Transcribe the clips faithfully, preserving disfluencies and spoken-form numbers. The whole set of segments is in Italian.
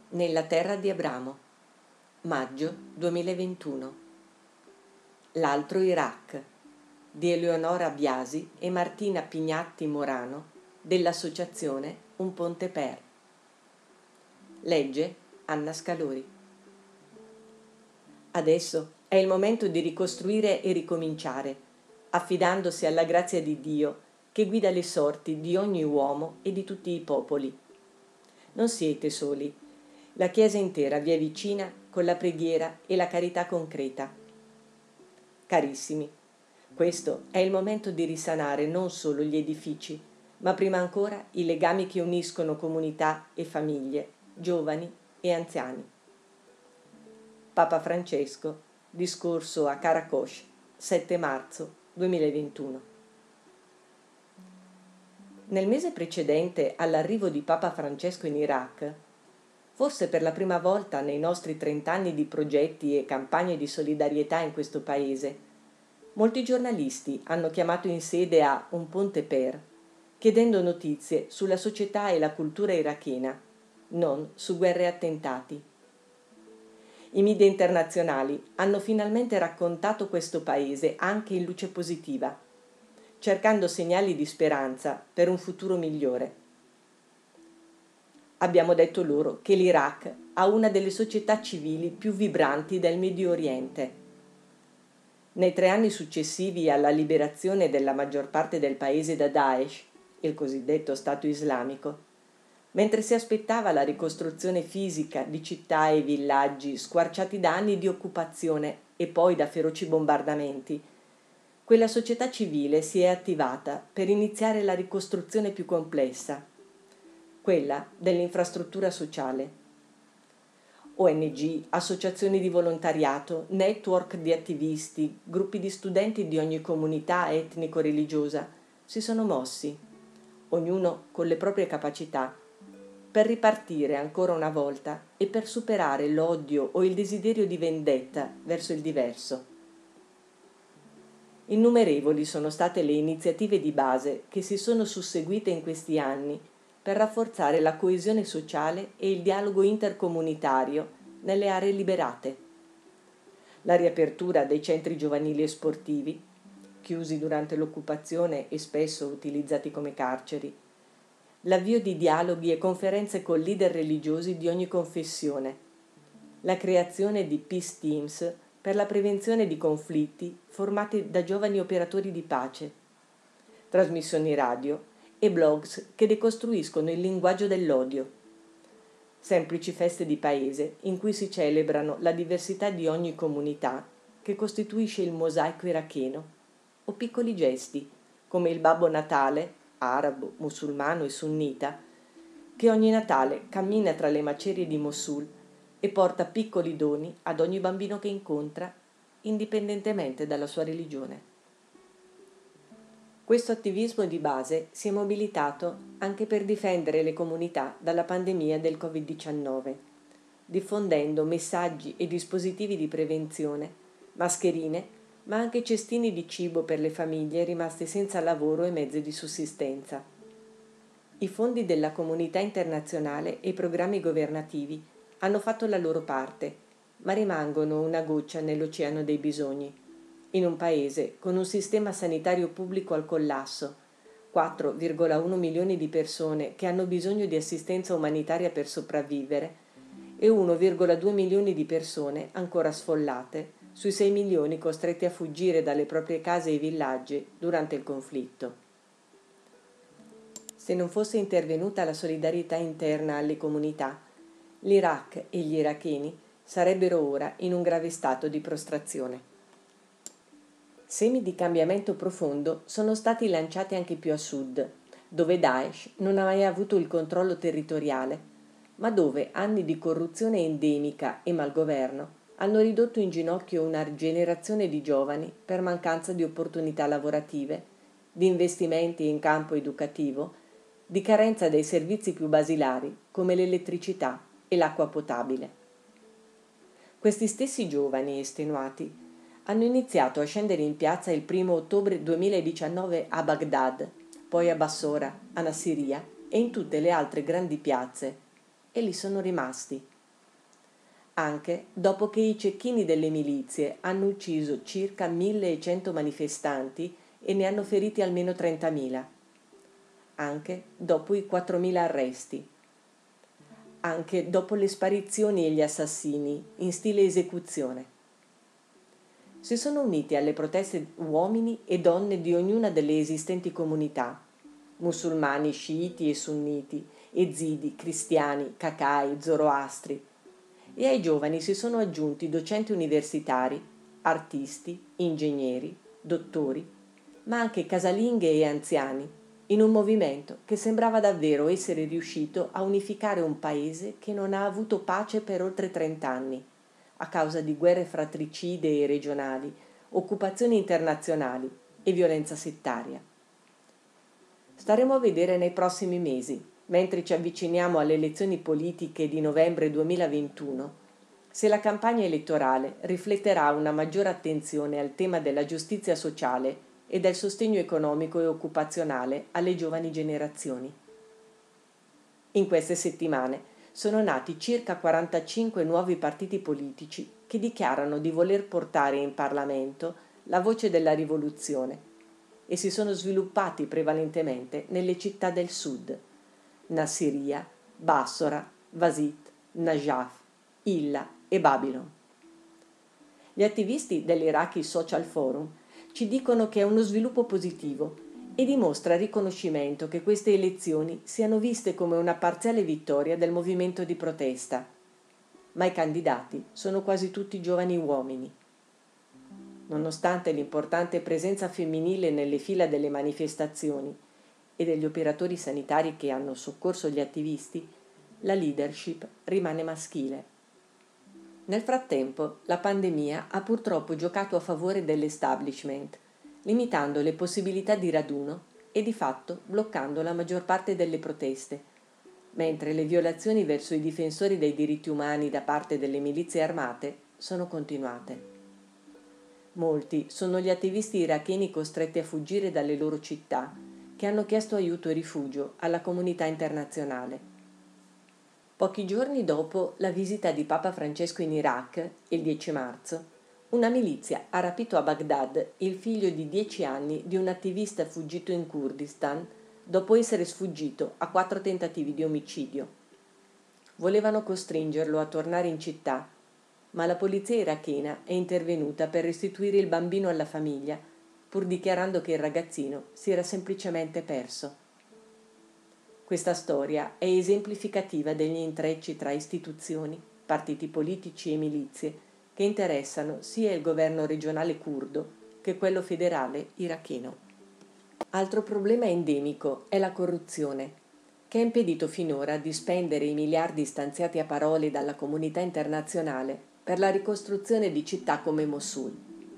Nella terra di Abramo, maggio duemilaventuno. L'altro Iraq, di Eleonora Biasi e Martina Pignatti Morano, dell'associazione Un Ponte Per. Legge Anna Scalori. Adesso è il momento di ricostruire e ricominciare, affidandosi alla grazia di Dio che guida le sorti di ogni uomo e di tutti i popoli. Non siete soli. La Chiesa intera vi è vicina con la preghiera e la carità concreta. Carissimi, questo è il momento di risanare non solo gli edifici, ma prima ancora i legami che uniscono comunità e famiglie, giovani e anziani. Papa Francesco, discorso a Karakosh, sette marzo duemilaventuno. Nel mese precedente all'arrivo di Papa Francesco in Iraq, forse per la prima volta nei nostri trent'anni di progetti e campagne di solidarietà in questo paese, molti giornalisti hanno chiamato in sede a Un Ponte Per, chiedendo notizie sulla società e la cultura irachena, non su guerre e attentati. I media internazionali hanno finalmente raccontato questo paese anche in luce positiva, cercando segnali di speranza per un futuro migliore. Abbiamo detto loro che l'Iraq ha una delle società civili più vibranti del Medio Oriente. Nei tre anni successivi alla liberazione della maggior parte del paese da Daesh, il cosiddetto Stato Islamico, mentre si aspettava la ricostruzione fisica di città e villaggi squarciati da anni di occupazione e poi da feroci bombardamenti, quella società civile si è attivata per iniziare la ricostruzione più complessa, quella dell'infrastruttura sociale. O N G, associazioni di volontariato, network di attivisti, gruppi di studenti di ogni comunità etnico-religiosa si sono mossi, ognuno con le proprie capacità, per ripartire ancora una volta e per superare l'odio o il desiderio di vendetta verso il diverso. Innumerevoli sono state le iniziative di base che si sono susseguite in questi anni per rafforzare la coesione sociale e il dialogo intercomunitario nelle aree liberate. La riapertura dei centri giovanili e sportivi, chiusi durante l'occupazione e spesso utilizzati come carceri, l'avvio di dialoghi e conferenze con leader religiosi di ogni confessione, la creazione di peace teams per la prevenzione di conflitti formati da giovani operatori di pace, trasmissioni radio e blogs che decostruiscono il linguaggio dell'odio, semplici feste di paese in cui si celebrano la diversità di ogni comunità che costituisce il mosaico iracheno, o piccoli gesti come il Babbo Natale, arabo, musulmano e sunnita, che ogni Natale cammina tra le macerie di Mosul e porta piccoli doni ad ogni bambino che incontra, indipendentemente dalla sua religione. Questo attivismo di base si è mobilitato anche per difendere le comunità dalla pandemia del covid diciannove, diffondendo messaggi e dispositivi di prevenzione, mascherine, ma anche cestini di cibo per le famiglie rimaste senza lavoro e mezzi di sussistenza. I fondi della comunità internazionale e i programmi governativi hanno fatto la loro parte, ma rimangono una goccia nell'oceano dei bisogni. In un paese con un sistema sanitario pubblico al collasso, quattro virgola uno milioni di persone che hanno bisogno di assistenza umanitaria per sopravvivere e uno virgola due milioni di persone ancora sfollate sui sei milioni costretti a fuggire dalle proprie case e villaggi durante il conflitto. Se non fosse intervenuta la solidarietà interna alle comunità, l'Iraq e gli iracheni sarebbero ora in un grave stato di prostrazione. Semi di cambiamento profondo sono stati lanciati anche più a sud, dove Daesh non ha mai avuto il controllo territoriale, ma dove anni di corruzione endemica e malgoverno hanno ridotto in ginocchio una generazione di giovani per mancanza di opportunità lavorative, di investimenti in campo educativo, di carenza dei servizi più basilari come l'elettricità e l'acqua potabile. Questi stessi giovani estenuati hanno iniziato a scendere in piazza il primo ottobre duemiladiciannove a Baghdad, poi a Bassora, a Nassiriya e in tutte le altre grandi piazze, e lì sono rimasti. anche dopo che i cecchini delle milizie hanno ucciso circa millecento manifestanti e ne hanno feriti almeno trentamila, anche dopo i quattromila arresti, anche dopo le sparizioni e gli assassini in stile esecuzione. Si sono uniti alle proteste uomini e donne di ognuna delle esistenti comunità, musulmani, sciiti e sunniti, ezidi, cristiani, cacai, zoroastri, e ai giovani si sono aggiunti docenti universitari, artisti, ingegneri, dottori, ma anche casalinghe e anziani, in un movimento che sembrava davvero essere riuscito a unificare un paese che non ha avuto pace per oltre trent'anni, a causa di guerre fratricide e regionali, occupazioni internazionali e violenza settaria. Staremo a vedere nei prossimi mesi, mentre ci avviciniamo alle elezioni politiche di novembre duemilaventuno, se la campagna elettorale rifletterà una maggiore attenzione al tema della giustizia sociale e del sostegno economico e occupazionale alle giovani generazioni. In queste settimane sono nati circa quarantacinque nuovi partiti politici che dichiarano di voler portare in Parlamento la voce della rivoluzione e si sono sviluppati prevalentemente nelle città del sud: Nassiriya, Bassora, Wasit, Najaf, Illa e Babylon. Gli attivisti dell'Iraqi Social Forum ci dicono che è uno sviluppo positivo e dimostra riconoscimento che queste elezioni siano viste come una parziale vittoria del movimento di protesta, ma i candidati sono quasi tutti giovani uomini. Nonostante l'importante presenza femminile nelle fila delle manifestazioni e degli operatori sanitari che hanno soccorso gli attivisti, la leadership rimane maschile. Nel frattempo, la pandemia ha purtroppo giocato a favore dell'establishment, limitando le possibilità di raduno e di fatto bloccando la maggior parte delle proteste, mentre le violazioni verso i difensori dei diritti umani da parte delle milizie armate sono continuate. Molti sono gli attivisti iracheni costretti a fuggire dalle loro città, che hanno chiesto aiuto e rifugio alla comunità internazionale. Pochi giorni dopo la visita di Papa Francesco in Iraq, il dieci marzo, una milizia ha rapito a Baghdad il figlio di dieci anni di un attivista fuggito in Kurdistan dopo essere sfuggito a quattro tentativi di omicidio. Volevano costringerlo a tornare in città, ma la polizia irachena è intervenuta per restituire il bambino alla famiglia, pur dichiarando che il ragazzino si era semplicemente perso. Questa storia è esemplificativa degli intrecci tra istituzioni, partiti politici e milizie che interessano sia il governo regionale curdo che quello federale iracheno. Altro problema endemico è la corruzione, che ha impedito finora di spendere i miliardi stanziati a parole dalla comunità internazionale per la ricostruzione di città come Mosul.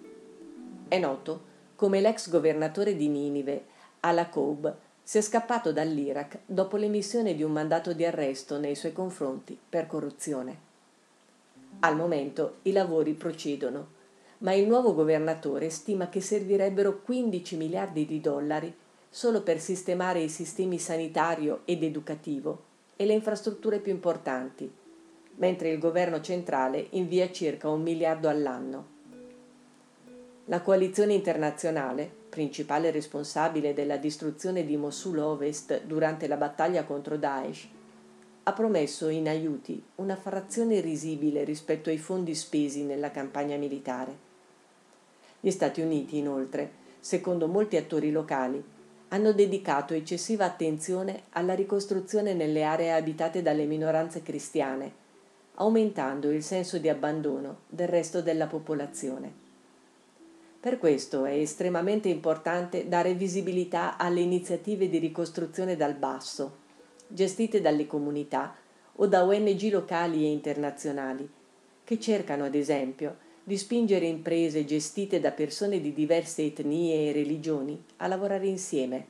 È noto come l'ex governatore di Ninive, Al-Akoub, sia scappato dall'Iraq dopo l'emissione di un mandato di arresto nei suoi confronti per corruzione. Al momento i lavori procedono, ma il nuovo governatore stima che servirebbero quindici miliardi di dollari solo per sistemare i sistemi sanitario ed educativo e le infrastrutture più importanti, mentre il governo centrale invia circa un miliardo all'anno. La coalizione internazionale, principale responsabile della distruzione di Mosul Ovest durante la battaglia contro Daesh, ha promesso in aiuti una frazione irrisibile rispetto ai fondi spesi nella campagna militare. Gli Stati Uniti, inoltre, secondo molti attori locali, hanno dedicato eccessiva attenzione alla ricostruzione nelle aree abitate dalle minoranze cristiane, aumentando il senso di abbandono del resto della popolazione. Per questo è estremamente importante dare visibilità alle iniziative di ricostruzione dal basso, gestite dalle comunità o da O N G locali e internazionali, che cercano, ad esempio, di spingere imprese gestite da persone di diverse etnie e religioni a lavorare insieme.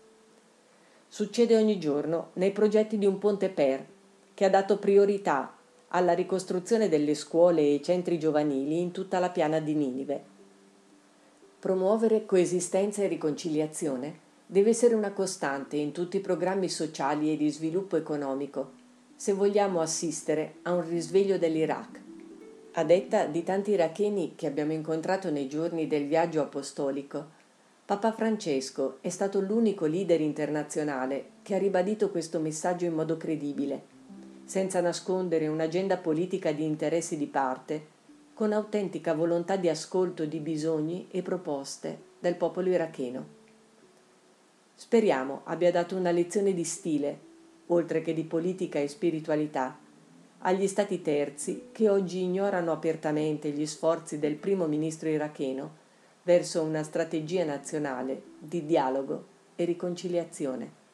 Succede ogni giorno nei progetti di un ponte per, che ha dato priorità alla ricostruzione delle scuole e centri giovanili in tutta la piana di Ninive. Promuovere coesistenza e riconciliazione deve essere una costante in tutti i programmi sociali e di sviluppo economico, se vogliamo assistere a un risveglio dell'Iraq, A detta di tanti iracheni che abbiamo incontrato nei giorni del viaggio apostolico, Papa Francesco è stato l'unico leader internazionale che ha ribadito questo messaggio in modo credibile, senza nascondere un'agenda politica di interessi di parte, con autentica volontà di ascolto di bisogni e proposte del popolo iracheno. Speriamo abbia dato una lezione di stile, oltre che di politica e spiritualità, agli stati terzi che oggi ignorano apertamente gli sforzi del primo ministro iracheno verso una strategia nazionale di dialogo e riconciliazione.